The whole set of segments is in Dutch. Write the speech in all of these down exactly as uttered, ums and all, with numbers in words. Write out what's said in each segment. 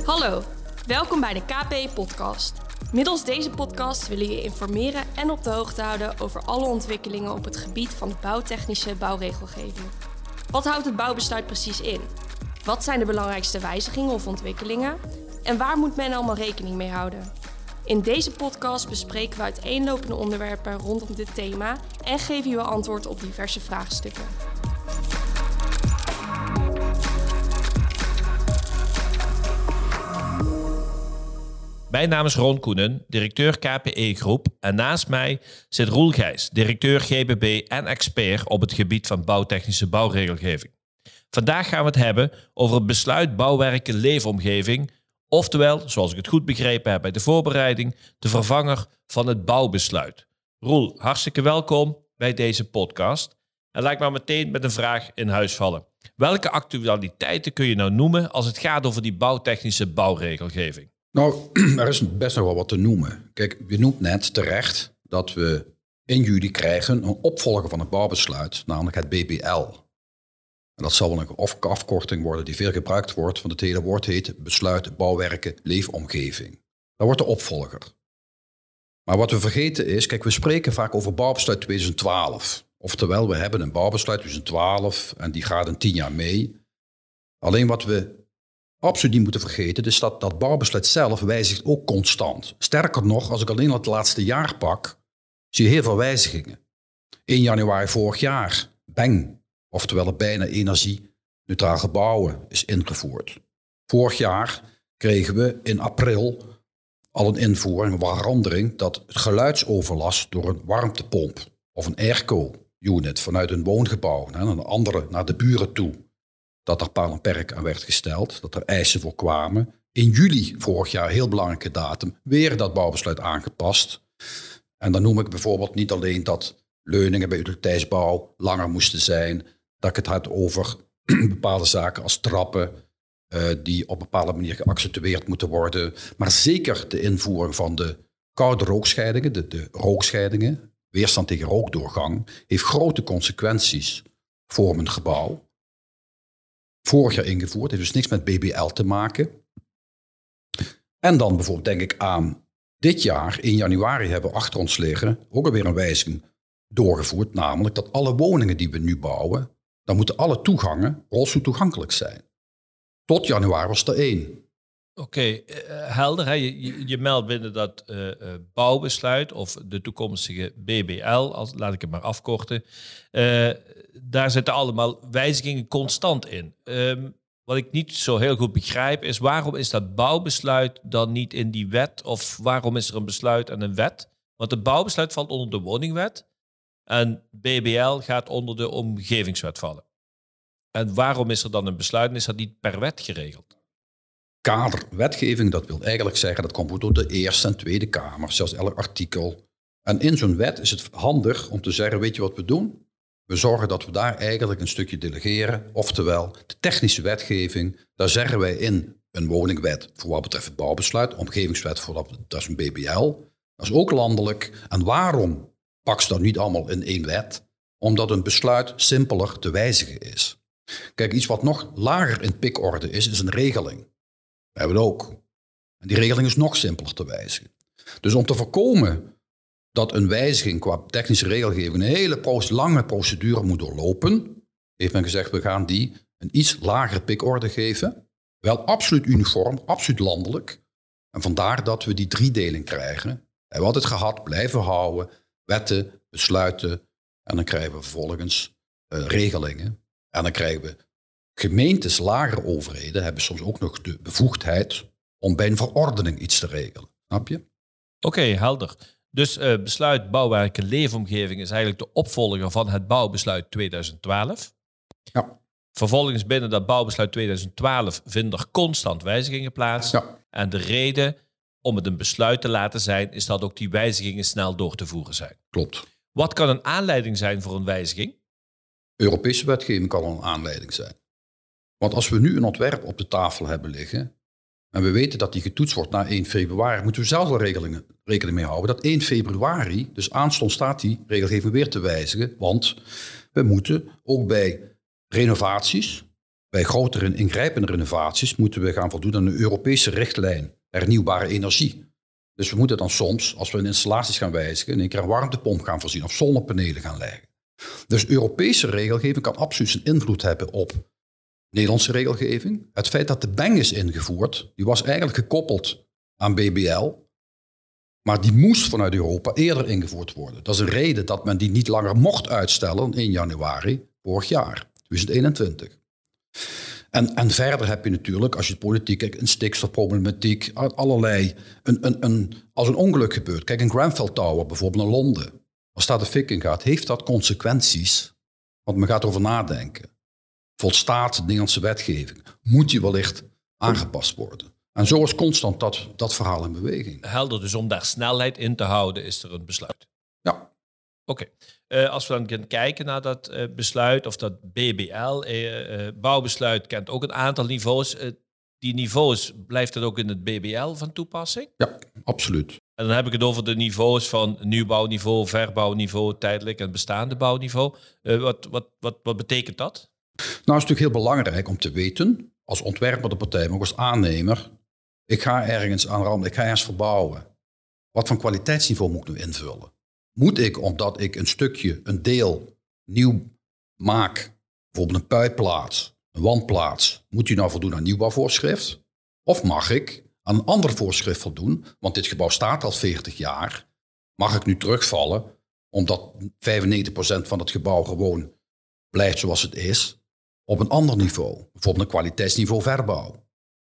Hallo, welkom bij de K P-podcast. Middels deze podcast willen we je informeren en op de hoogte houden over alle ontwikkelingen op het gebied van de bouwtechnische bouwregelgeving. Wat houdt het bouwbesluit precies in? Wat zijn de belangrijkste wijzigingen of ontwikkelingen? En waar moet men allemaal rekening mee houden? In deze podcast bespreken we uiteenlopende onderwerpen rondom dit thema en geven we antwoord op diverse vraagstukken. Mijn naam is Ron Koenen, directeur K P E Groep. En naast mij zit Roel Gijs, directeur G B B en expert op het gebied van bouwtechnische bouwregelgeving. Vandaag gaan we het hebben over het besluit bouwwerken leefomgeving. Oftewel, zoals ik het goed begrepen heb bij de voorbereiding, de vervanger van het bouwbesluit. Roel, hartstikke welkom bij deze podcast. En laat ik maar meteen met een vraag in huis vallen. Welke actualiteiten kun je nou noemen als het gaat over die bouwtechnische bouwregelgeving? Nou, er is best nog wel wat te noemen. Kijk, je noemt net terecht dat we in juli krijgen een opvolger van het bouwbesluit, namelijk het B B L. En dat zal wel een afkorting worden die veel gebruikt wordt, want het hele woord heet Besluit Bouwwerken Leefomgeving. Dat wordt de opvolger. Maar wat we vergeten is, kijk, we spreken vaak over bouwbesluit tweeduizend twaalf. Oftewel, we hebben een bouwbesluit tweeduizend twaalf en die gaat een tien jaar mee. Alleen wat we absoluut niet moeten vergeten is dat dat bouwbesluit zelf wijzigt ook constant. Sterker nog, als ik alleen al het laatste jaar pak, zie je heel veel wijzigingen. één januari vorig jaar, bang, oftewel het bijna energie-neutraal gebouwen is ingevoerd. Vorig jaar kregen we in april al een invoering, een verandering, dat het geluidsoverlast door een warmtepomp of een airco-unit vanuit een woongebouw naar een andere, naar de buren toe, dat er paal en perk aan werd gesteld, dat er eisen voor kwamen. In juli vorig jaar, heel belangrijke datum, weer dat bouwbesluit aangepast. En dan noem ik bijvoorbeeld niet alleen dat leuningen bij utiliteitsbouw langer moesten zijn, dat ik het had over bepaalde zaken als trappen, uh, die op een bepaalde manier geaccentueerd moeten worden. Maar zeker de invoering van de koude rookscheidingen, de, de rookscheidingen, weerstand tegen rookdoorgang, heeft grote consequenties voor een gebouw. Vorig jaar ingevoerd, heeft dus niks met B B L te maken. En dan bijvoorbeeld denk ik aan dit jaar, in januari hebben we achter ons liggen, ook alweer een wijziging doorgevoerd, namelijk dat alle woningen die we nu bouwen, dan moeten alle toegangen rolstoeltoegankelijk zijn. Tot januari was er één. Oké, okay, uh, helder. Hè? Je, je, je meldt binnen dat uh, uh, bouwbesluit of de toekomstige B B L, als, laat ik het maar afkorten. Uh, daar zitten allemaal wijzigingen constant in. Um, wat ik niet zo heel goed begrijp is, waarom is dat bouwbesluit dan niet in die wet? Of waarom is er een besluit en een wet? Want het bouwbesluit valt onder de woningwet en B B L gaat onder de omgevingswet vallen. En waarom is er dan een besluit en is dat niet per wet geregeld? Kaderwetgeving, dat wil eigenlijk zeggen, dat komt door de Eerste en Tweede Kamer, zelfs elk artikel. En in zo'n wet is het handig om te zeggen, weet je wat we doen? We zorgen dat we daar eigenlijk een stukje delegeren. Oftewel, de technische wetgeving, daar zeggen wij in een woningwet voor wat betreft het bouwbesluit, omgevingswet voor dat, dat is een B B L. Dat is ook landelijk. En waarom pak ze dat niet allemaal in één wet? Omdat een besluit simpeler te wijzigen is. Kijk, iets wat nog lager in pikorde is, is een regeling. We hebben het ook. En die regeling is nog simpeler te wijzigen. Dus om te voorkomen dat een wijziging qua technische regelgeving een hele pro- lange procedure moet doorlopen, heeft men gezegd, we gaan die een iets lagere pikorde geven. Wel absoluut uniform, absoluut landelijk. En vandaar dat we die driedeling krijgen. We hebben altijd gehad, blijven houden, wetten, besluiten. En dan krijgen we vervolgens uh, regelingen. En dan krijgen we gemeentes, lagere overheden, hebben soms ook nog de bevoegdheid om bij een verordening iets te regelen. Snap je? Oké, okay, helder. Dus uh, besluit bouwwerken leefomgeving is eigenlijk de opvolger van het bouwbesluit tweeduizend twaalf. Ja. Vervolgens binnen dat bouwbesluit tweeduizend twaalf vinden er constant wijzigingen plaats. Ja. En de reden om het een besluit te laten zijn, is dat ook die wijzigingen snel door te voeren zijn. Klopt. Wat kan een aanleiding zijn voor een wijziging? Europese wetgeving kan een aanleiding zijn. Want als we nu een ontwerp op de tafel hebben liggen en we weten dat die getoetst wordt na één februari, moeten we zelf wel regelingen, rekening mee houden dat één februari, dus aanstonds staat die regelgeving weer te wijzigen. Want we moeten ook bij renovaties bij grotere en ingrijpende renovaties moeten we gaan voldoen aan een Europese richtlijn hernieuwbare energie. Dus we moeten dan soms, als we in installaties gaan wijzigen, in één keer een warmtepomp gaan voorzien of zonnepanelen gaan leggen. Dus Europese regelgeving kan absoluut zijn invloed hebben op Nederlandse regelgeving. Het feit dat de B E N is ingevoerd, die was eigenlijk gekoppeld aan B B L, maar die moest vanuit Europa eerder ingevoerd worden. Dat is een reden dat men die niet langer mocht uitstellen dan één januari vorig jaar, twintig eenentwintig. En, en verder heb je natuurlijk, als je de politiek kijkt, een stikstofproblematiek, allerlei. Een, een, een, als een ongeluk gebeurt, kijk een Grenfell Tower bijvoorbeeld in Londen. Als daar de fik in gaat, heeft dat consequenties? Want men gaat erover nadenken. Volstaat de Nederlandse wetgeving? Moet die wellicht aangepast worden? En zo is constant dat, dat verhaal in beweging. Helder, dus om daar snelheid in te houden is er een besluit. Ja. Oké. Okay. Uh, als we dan gaan kijken naar dat uh, besluit of dat B B L, uh, uh, bouwbesluit kent ook een aantal niveaus. Uh, die niveaus, blijft dat ook in het B B L van toepassing? Ja, absoluut. En dan heb ik het over de niveaus van nieuwbouwniveau, verbouwniveau, tijdelijk en bestaande bouwniveau. Uh, wat, wat, wat, wat betekent dat? Nou, het is natuurlijk heel belangrijk om te weten, als ontwerper de partij, maar ook als aannemer, ik ga ergens aan randen, ik ga ergens verbouwen. Wat voor kwaliteitsniveau moet ik nu invullen? Moet ik, omdat ik een stukje, een deel nieuw maak, bijvoorbeeld een puitplaats, een wandplaats, moet die nou voldoen aan nieuwbouwvoorschrift? Of mag ik aan een ander voorschrift voldoen, want dit gebouw staat al veertig jaar, mag ik nu terugvallen, omdat vijfennegentig procent van het gebouw gewoon blijft zoals het is, op een ander niveau, bijvoorbeeld een kwaliteitsniveau verbouw.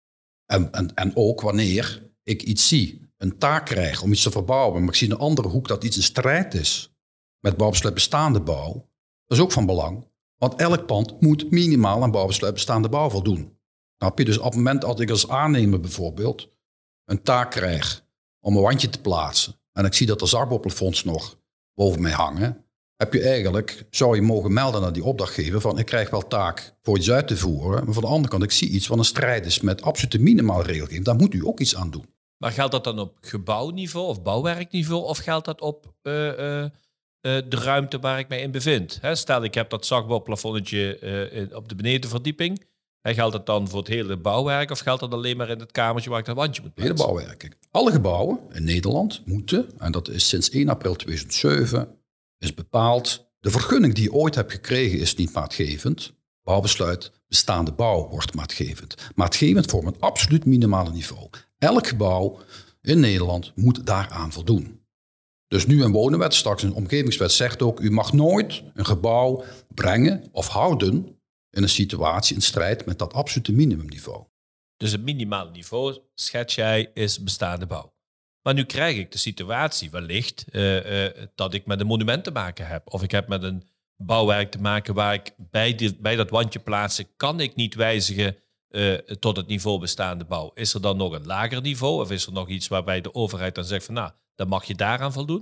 En, en, en ook wanneer ik iets zie, een taak krijg om iets te verbouwen, maar ik zie in een andere hoek dat iets in strijd is met bouwbesluit bestaande bouw, dat is ook van belang. Want elk pand moet minimaal aan bouwbesluit bestaande bouw voldoen. Snap je? Dus op het moment dat ik als aannemer bijvoorbeeld een taak krijg om een wandje te plaatsen en ik zie dat er zakbouwplafonds nog boven mij hangen, heb je eigenlijk, zou je mogen melden naar die opdrachtgever van ik krijg wel taak voor iets uit te voeren, maar van de andere kant ik zie iets wat een strijd is met absolute minimale regelgeving. Daar moet u ook iets aan doen. Maar geldt dat dan op gebouwniveau of bouwwerkniveau of geldt dat op uh, uh, uh, de ruimte waar ik mij in bevind? Hè, stel ik heb dat zakbouwplafonnetje uh, op de benedenverdieping. En geldt dat dan voor het hele bouwwerk of geldt dat alleen maar in het kamertje waar ik dat wandje moet plaatsen? Hele bouwwerk. Alle gebouwen in Nederland moeten, en dat is sinds één april tweeduizend zeven, is bepaald. De vergunning die je ooit hebt gekregen is niet maatgevend. Bouwbesluit bestaande bouw wordt maatgevend. Maatgevend voor een absoluut minimale niveau. Elk gebouw in Nederland moet daaraan voldoen. Dus nu een wonenwet, straks een omgevingswet zegt ook, u mag nooit een gebouw brengen of houden in een situatie in strijd met dat absolute minimumniveau. Dus het minimale niveau, schets jij, is bestaande bouw. Maar nu krijg ik de situatie wellicht uh, uh, dat ik met een monument te maken heb. Of ik heb met een bouwwerk te maken waar ik bij, die, bij dat wandje plaatsen, kan ik niet wijzigen uh, tot het niveau bestaande bouw. Is er dan nog een lager niveau? Of is er nog iets waarbij de overheid dan zegt van nou, dan mag je daaraan voldoen?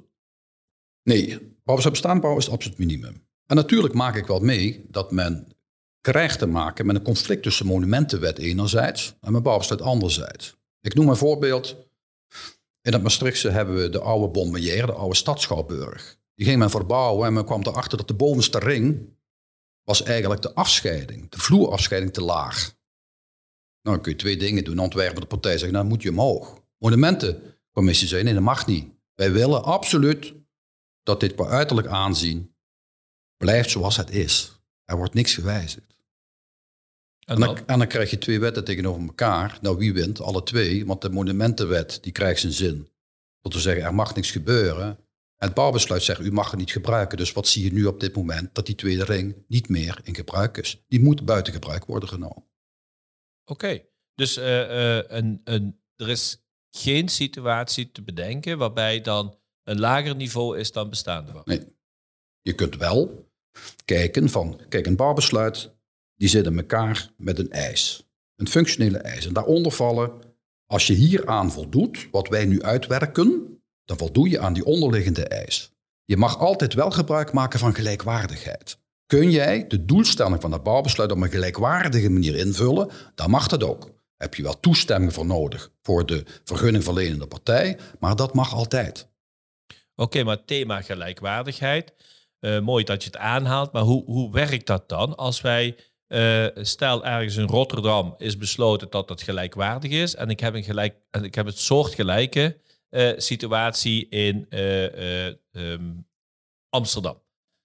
Nee, bouwbesluit bestaande bouw is het absoluut minimum. En natuurlijk maak ik wel mee dat men krijgt te maken met een conflict tussen monumentenwet enerzijds en met bouwbesluit anderzijds. Ik noem een voorbeeld. In het Maastrichtse hebben we de oude Bonmeier, de oude stadschouwburg. Die ging men verbouwen en men kwam erachter dat de bovenste ring was eigenlijk de afscheiding, de vloerafscheiding te laag. Nou, dan kun je twee dingen doen. Ontwerper de partij zegt, nou moet je omhoog. Monumentencommissie zei, nee, dat mag niet. Wij willen absoluut dat dit qua uiterlijk aanzien blijft zoals het is. Er wordt niks gewijzigd. En dan? en dan krijg je twee wetten tegenover elkaar. Nou, wie wint? Alle twee. Want de monumentenwet die krijgt zijn zin. Dat we zeggen, er mag niks gebeuren. En het bouwbesluit zegt, u mag het niet gebruiken. Dus wat zie je nu op dit moment? Dat die tweede ring niet meer in gebruik is. Die moet buiten gebruik worden genomen. Oké, okay. dus uh, uh, een, een, er is geen situatie te bedenken waarbij dan een lager niveau is dan bestaande bouw? Nee. Je kunt wel kijken van, kijk, een bouwbesluit die zit in elkaar met een eis. Een functionele eis. En daaronder vallen, als je hier aan voldoet, wat wij nu uitwerken, dan voldoe je aan die onderliggende eis. Je mag altijd wel gebruik maken van gelijkwaardigheid. Kun jij de doelstelling van dat bouwbesluit op een gelijkwaardige manier invullen, dan mag dat ook. Heb je wel toestemming voor nodig voor de vergunningverlenende partij, maar dat mag altijd. Oké, okay, maar het thema gelijkwaardigheid, uh, mooi dat je het aanhaalt, maar hoe, hoe werkt dat dan als wij Uh, stel ergens in Rotterdam is besloten dat het gelijkwaardig is. En ik heb een, gelijk, en ik heb het soortgelijke uh, situatie in uh, uh, um, Amsterdam.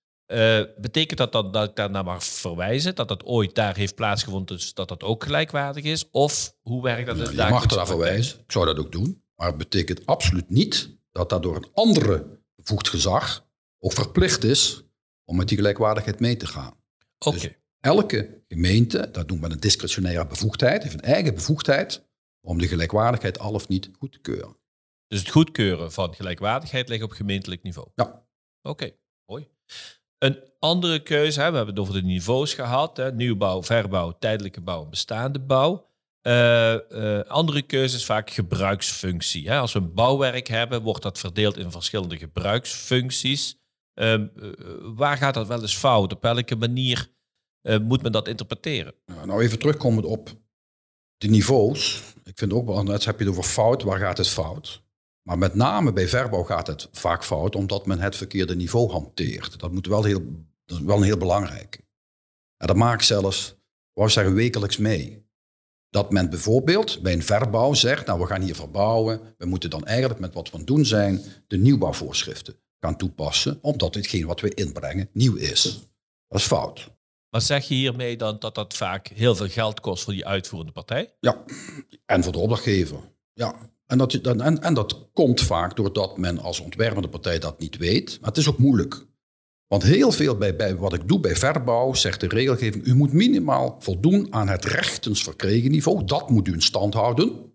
Uh, betekent dat dan dat ik daar naar mag verwijzen? Dat dat ooit daar heeft plaatsgevonden, dus dat dat ook gelijkwaardig is? Of hoe werkt dat? Ja, je mag er naar verwijzen. Ik zou dat ook doen. Maar het betekent absoluut niet dat dat door een andere bevoegd gezag ook verplicht is om met die gelijkwaardigheid mee te gaan. Oké. Okay. Dus elke gemeente, dat noemt men een discretionaire bevoegdheid, heeft een eigen bevoegdheid om de gelijkwaardigheid al of niet goed te keuren. Dus het goedkeuren van gelijkwaardigheid ligt op gemeentelijk niveau? Ja. Oké, okay, mooi. Een andere keuze, hè, we hebben het over de niveaus gehad. Hè, nieuwbouw, verbouw, tijdelijke bouw en bestaande bouw. Uh, uh, andere keuze is vaak gebruiksfunctie. Hè. Als we een bouwwerk hebben, wordt dat verdeeld in verschillende gebruiksfuncties. Uh, uh, waar gaat dat wel eens fout? Op welke manier uh, moet men dat interpreteren? Ja, nou, even terugkomend op de niveaus. Ik vind ook wel, net heb je het over fout, waar gaat het fout? Maar met name bij verbouw gaat het vaak fout, omdat men het verkeerde niveau hanteert. Dat, moet wel heel, dat is wel een heel belangrijk. En dat maak ik zelfs, wou ik zeggen, wekelijks mee. Dat men bijvoorbeeld bij een verbouw zegt, nou we gaan hier verbouwen. We moeten dan eigenlijk met wat we aan het doen zijn, de nieuwbouwvoorschriften gaan toepassen, omdat hetgeen wat we inbrengen nieuw is. Dat is fout. Maar zeg je hiermee dan dat dat vaak heel veel geld kost voor die uitvoerende partij? Ja, en voor de opdrachtgever. Ja. En dat, en, en dat komt vaak doordat men als ontwerpende partij dat niet weet. Maar het is ook moeilijk. Want heel veel bij, bij wat ik doe bij verbouw zegt de regelgeving, u moet minimaal voldoen aan het rechtens verkregen niveau. Dat moet u in stand houden.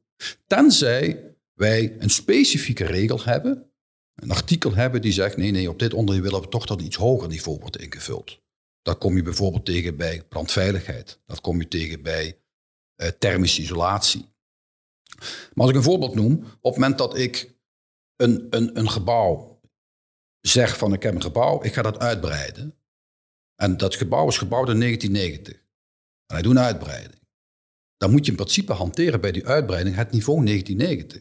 Tenzij wij een specifieke regel hebben, een artikel hebben die zegt, nee, nee, op dit onderdeel willen we toch dat een iets hoger niveau wordt ingevuld. Dat kom je bijvoorbeeld tegen bij brandveiligheid. Dat kom je tegen bij uh, thermische isolatie. Maar als ik een voorbeeld noem, op het moment dat ik een, een, een gebouw zeg van ik heb een gebouw, ik ga dat uitbreiden. En dat gebouw is gebouwd in negentien negentig. En hij doet een uitbreiding. Dan moet je in principe hanteren bij die uitbreiding het niveau negentien negentig.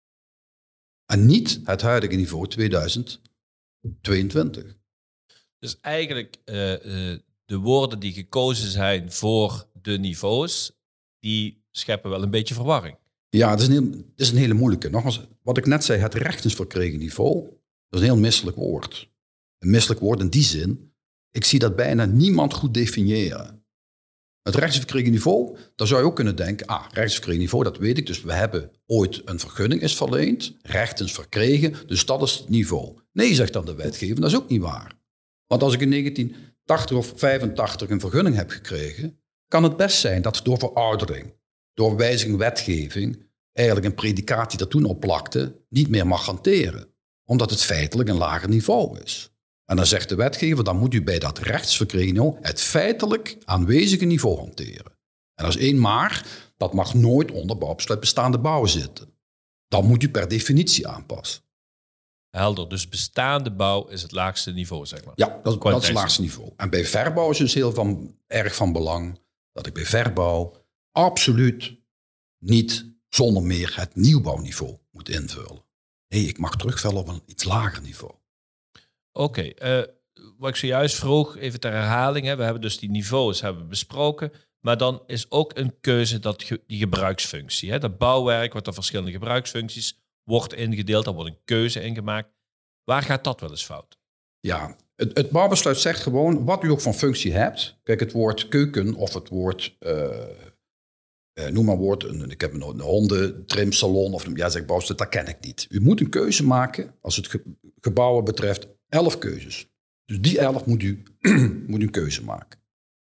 En niet het huidige niveau tweeduizend tweeëntwintig. Dus eigenlijk uh, uh, de woorden die gekozen zijn voor de niveaus, die scheppen wel een beetje verwarring. Ja, het is, een heel, het is een hele moeilijke. Nogmaals, wat ik net zei, het rechtens verkregen niveau, dat is een heel misselijk woord. Een misselijk woord in die zin, ik zie dat bijna niemand goed definiëren. Het rechtens verkregen niveau, daar zou je ook kunnen denken, ah, rechtens verkregen niveau, dat weet ik, dus we hebben ooit een vergunning is verleend, rechtens verkregen, dus dat is het niveau. Nee, zegt dan de wetgever, dat is ook niet waar. Want als ik in negentien tachtig of vijfentachtig een vergunning heb gekregen, kan het best zijn dat door veroudering, door wijziging wetgeving, eigenlijk een predicaat die dat toen opplakte, niet meer mag hanteren. Omdat het feitelijk een lager niveau is. En dan zegt de wetgever, dan moet u bij dat rechtsverkregen niveau het feitelijk aanwezige niveau hanteren. En dat is één maar, dat mag nooit onder bouwbesluit bestaande bouw zitten. Dan moet u per definitie aanpassen. Helder, dus bestaande bouw is het laagste niveau, zeg maar. Ja, dat, dat is het laagste niveau. En bij verbouw is dus heel van, erg van belang dat ik bij verbouw absoluut niet zonder meer het nieuwbouwniveau moet invullen. Nee, ik mag terugvallen op een iets lager niveau. Oké, okay, uh, wat ik zojuist vroeg, even ter herhaling. Hè, we hebben dus die niveaus hebben besproken. Maar dan is ook een keuze dat ge, die gebruiksfunctie. Hè, dat bouwwerk, wat er verschillende gebruiksfuncties wordt ingedeeld. Daar wordt een keuze in gemaakt. Waar gaat dat wel eens fout? Ja, het, het bouwbesluit zegt gewoon wat u ook van functie hebt. Kijk, het woord keuken of het woord... Uh, Uh, noem maar woord, een, ik heb een, een hondentrimsalon of ja, zeg bouwstuk, dat ken ik niet. U moet een keuze maken, als het ge, gebouwen betreft, elf keuzes. Dus die elf moet u, moet u een keuze maken.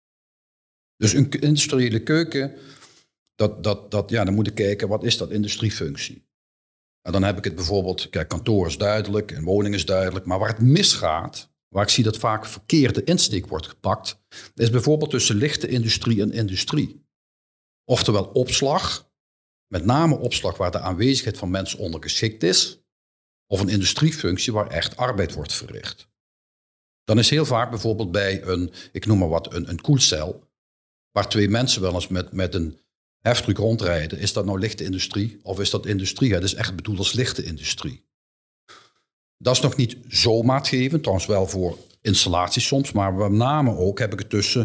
Dus een industriële keuken, dat, dat, dat, ja, dan moet ik kijken, wat is dat industriefunctie? En dan heb ik het bijvoorbeeld, kijk, kantoor is duidelijk, en woning is duidelijk, maar waar het misgaat, waar ik zie dat vaak verkeerde insteek wordt gepakt, is bijvoorbeeld tussen lichte industrie en industrie. Oftewel opslag, met name opslag waar de aanwezigheid van mensen ondergeschikt is, of een industriefunctie waar echt arbeid wordt verricht. Dan is heel vaak bijvoorbeeld bij een, ik noem maar wat, een, een koelcel, waar twee mensen wel eens met, met een heftruck rondrijden. Is dat nou lichte industrie of is dat industrie? Het is echt bedoeld als lichte industrie. Dat is nog niet zo maatgevend, trouwens wel voor installaties soms, maar met name ook heb ik het tussen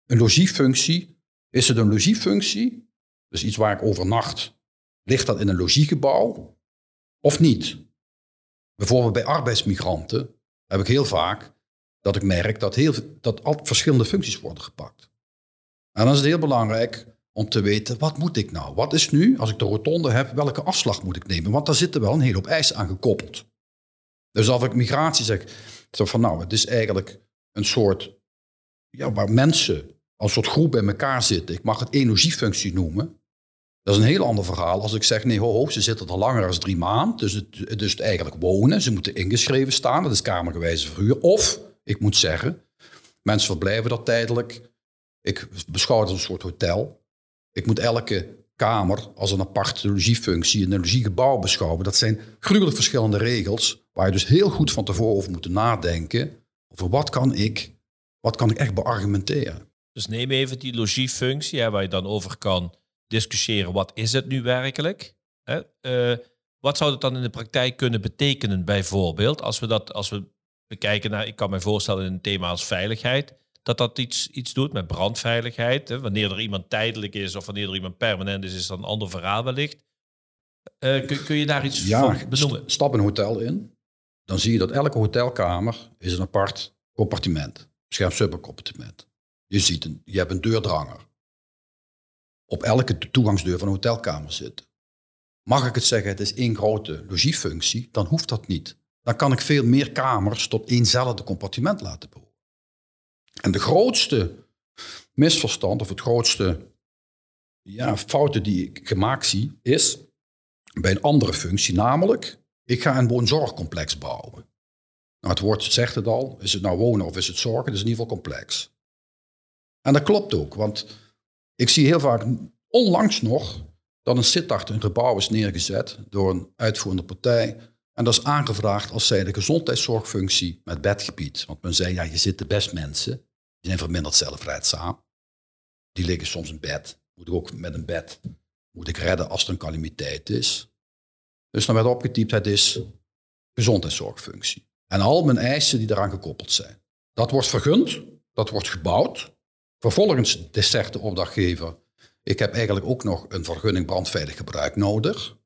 een logiefunctie, is het een logiefunctie, dus iets waar ik overnacht, ligt dat in een logiegebouw of niet? Bijvoorbeeld bij arbeidsmigranten heb ik heel vaak dat ik merk dat, heel, dat al verschillende functies worden gepakt. En dan is het heel belangrijk om te weten, wat moet ik nou? Wat is nu, als ik de rotonde heb, welke afslag moet ik nemen? Want daar zitten wel een hele hoop eisen aan gekoppeld. Dus als ik migratie zeg, zeg van nou, het is eigenlijk een soort, ja, waar mensen als een soort groep bij elkaar zitten. Ik mag het energiefunctie noemen. Dat is een heel ander verhaal als ik zeg, nee, ho, ho, ze zitten er langer dan drie maanden. Dus het, dus het eigenlijk wonen, ze moeten ingeschreven staan, dat is kamergewijze verhuur. Of, ik moet zeggen, mensen verblijven dat tijdelijk. Ik beschouw het als een soort hotel. Ik moet elke kamer als een aparte logiefunctie, een logiegebouw beschouwen. Dat zijn gruwelijk verschillende regels, waar je dus heel goed van tevoren over moet nadenken. Over wat kan ik, wat kan ik echt beargumenteren. Dus neem even die logiefunctie, hè, waar je dan over kan discussiëren. Wat is het nu werkelijk? Hè? Uh, wat zou het dan in de praktijk kunnen betekenen bijvoorbeeld? Als we dat, als we bekijken naar, ik kan me voorstellen in een thema als veiligheid, dat dat iets, iets doet met brandveiligheid. Hè? Wanneer er iemand tijdelijk is of wanneer er iemand permanent is, is dat een ander verhaal wellicht. Uh, kun, kun je daar iets ja, van benoemen? St- stap een hotel in, dan zie je dat elke hotelkamer is een apart compartiment. Beschermd subcompartiment. Je ziet een, je hebt een deurdranger. Op elke toegangsdeur van een hotelkamer zitten. Mag ik het zeggen, het is één grote logiefunctie, dan hoeft dat niet. Dan kan ik veel meer kamers tot éénzelfde compartiment laten behoren. En de grootste misverstand, of het grootste ja, fouten die ik gemaakt zie, is bij een andere functie, namelijk, ik ga een woonzorgcomplex bouwen. Nou, het woord zegt het al, is het nou wonen of is het zorgen, dat is in ieder geval complex. En dat klopt ook, want ik zie heel vaak, onlangs nog, dat een Sittard een gebouw is neergezet door een uitvoerende partij. En dat is aangevraagd als zij de gezondheidszorgfunctie met bedgebied. Want men zei, ja, je zit de best mensen, die zijn verminderd zelfredzaam. Die liggen soms in bed. Moet ik ook met een bed, moet ik redden als er een calamiteit is. Dus dan werd opgetypt, het is gezondheidszorgfunctie. En al mijn eisen die eraan gekoppeld zijn. Dat wordt vergund, dat wordt gebouwd. Vervolgens zegt de opdrachtgever, ik heb eigenlijk ook nog een vergunning brandveilig gebruik nodig.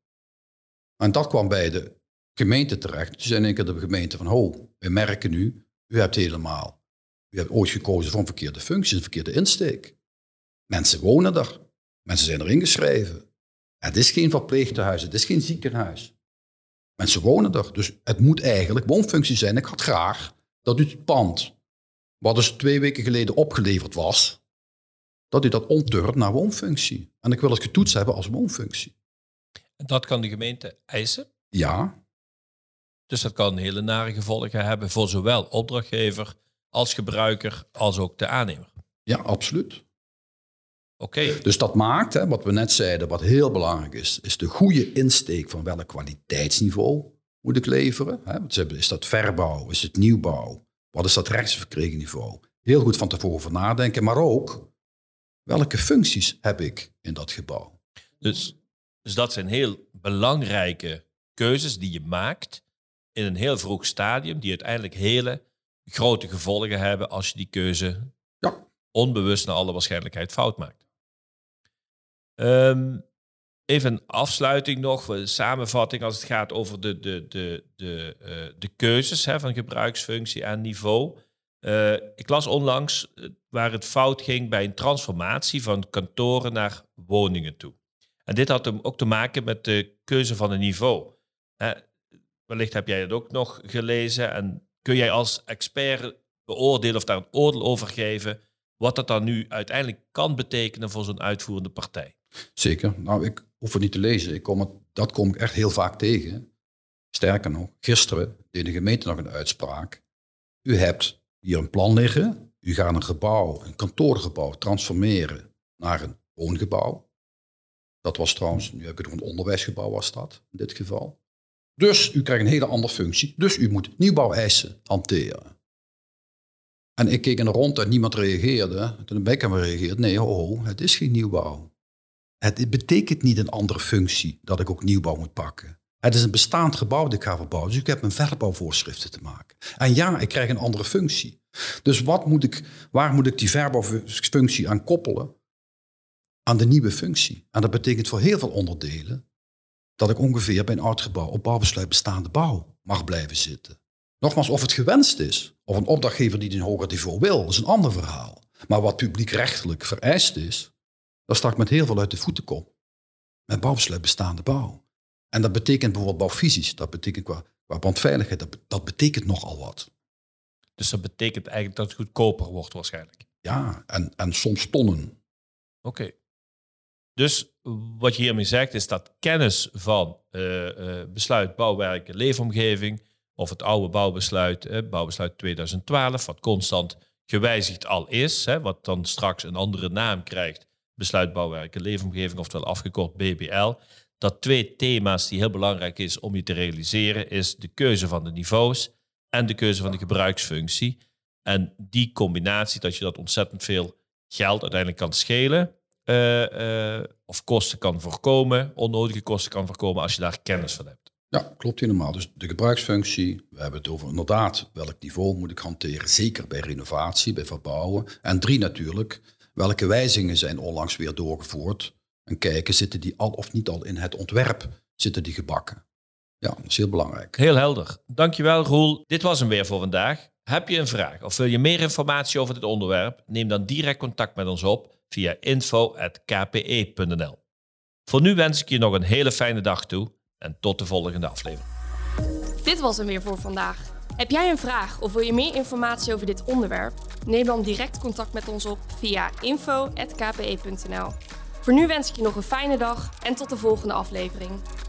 En dat kwam bij de gemeente terecht. Toen zei in één keer de gemeente van, ho, we merken nu, u hebt helemaal, u hebt ooit gekozen voor een verkeerde functie, een verkeerde insteek. Mensen wonen er, mensen zijn er ingeschreven. Het is geen verpleegtehuis, het is geen ziekenhuis. Mensen wonen er, dus het moet eigenlijk woonfunctie zijn. Ik had graag dat u het pand, wat dus twee weken geleden opgeleverd was, dat u dat omturnt naar woonfunctie. En ik wil het getoetst hebben als woonfunctie. En dat kan de gemeente eisen? Ja. Dus dat kan hele nare gevolgen hebben voor zowel opdrachtgever als gebruiker als ook de aannemer? Ja, absoluut. Oké. Okay. Dus dat maakt, hè, wat we net zeiden, wat heel belangrijk is, is de goede insteek van welk kwaliteitsniveau moet ik leveren. Hè? Is dat verbouw? Is het nieuwbouw? Wat is dat rechtsverkregen niveau? Heel goed van tevoren over nadenken, maar ook welke functies heb ik in dat gebouw? Dus, dus dat zijn heel belangrijke keuzes die je maakt in een heel vroeg stadium, die uiteindelijk hele grote gevolgen hebben als je die keuze ja. onbewust naar alle waarschijnlijkheid fout maakt. Um, even een afsluiting nog, een samenvatting als het gaat over de, de, de, de, uh, de keuzes hè, van gebruiksfunctie en niveau. Uh, ik las onlangs uh, waar het fout ging bij een transformatie van kantoren naar woningen toe. En dit had ook te maken met de keuze van een niveau. Uh, wellicht heb jij het ook nog gelezen. En kun jij als expert beoordelen of daar een oordeel over geven wat dat dan nu uiteindelijk kan betekenen voor zo'n uitvoerende partij? Zeker. Nou, ik hoef het niet te lezen. Ik kom het, dat kom ik echt heel vaak tegen. Sterker nog, gisteren deed de gemeente nog een uitspraak. U hebt hier een plan liggen. U gaat een gebouw, een kantoorgebouw, transformeren naar een woongebouw. Dat was trouwens, nu heb ik het een onderwijsgebouw was dat, in dit geval. Dus u krijgt een hele andere functie. Dus u moet nieuwbouweisen hanteren. En ik keek in de rond en niemand reageerde. Toen ben ik hem gereageerd. Nee, ho, ho, het is geen nieuwbouw. Het betekent niet een andere functie dat ik ook nieuwbouw moet pakken. Het is een bestaand gebouw dat ik ga verbouwen. Dus ik heb mijn verbouwvoorschriften te maken. En ja, ik krijg een andere functie. Dus wat moet ik, waar moet ik die verbouwfunctie aan koppelen? Aan de nieuwe functie. En dat betekent voor heel veel onderdelen dat ik ongeveer bij een oud gebouw op bouwbesluit bestaande bouw mag blijven zitten. Nogmaals, of het gewenst is, of een opdrachtgever die een hoger niveau wil, dat is een ander verhaal. Maar wat publiekrechtelijk vereist is, dat sta ik met heel veel uit de voeten kom. Met bouwbesluit bestaande bouw. En dat betekent bijvoorbeeld bouwfysisch, dat betekent qua, qua brandveiligheid, dat, dat betekent nogal wat. Dus dat betekent eigenlijk dat het goedkoper wordt waarschijnlijk. Ja, en, en soms tonnen. Oké. Okay. Dus wat je hiermee zegt is dat kennis van uh, uh, besluit bouwwerken, leefomgeving of het oude bouwbesluit, uh, bouwbesluit tweeduizend twaalf, wat constant gewijzigd al is, hè, wat dan straks een andere naam krijgt, besluit bouwwerken, leefomgeving, oftewel afgekort B B L. Dat twee thema's die heel belangrijk is om je te realiseren, is de keuze van de niveaus en de keuze van de gebruiksfunctie. En die combinatie, dat je dat ontzettend veel geld uiteindelijk kan schelen, uh, uh, of kosten kan voorkomen, onnodige kosten kan voorkomen als je daar kennis van hebt. Ja, klopt helemaal. Dus de gebruiksfunctie, we hebben het over inderdaad welk niveau moet ik hanteren, zeker bij renovatie, bij verbouwen. En drie natuurlijk, welke wijzigingen zijn onlangs weer doorgevoerd. En kijken, zitten die al of niet al in het ontwerp, zitten die gebakken. Ja, dat is heel belangrijk. Heel helder. Dankjewel, Roel. Dit was hem weer voor vandaag. Heb je een vraag of wil je meer informatie over dit onderwerp? Neem dan direct contact met ons op via info at k p e punt n l. Voor nu wens ik je nog een hele fijne dag toe en tot de volgende aflevering. Dit was hem weer voor vandaag. Heb jij een vraag of wil je meer informatie over dit onderwerp? Neem dan direct contact met ons op via info at k p e punt n l. Voor nu wens ik je nog een fijne dag en tot de volgende aflevering.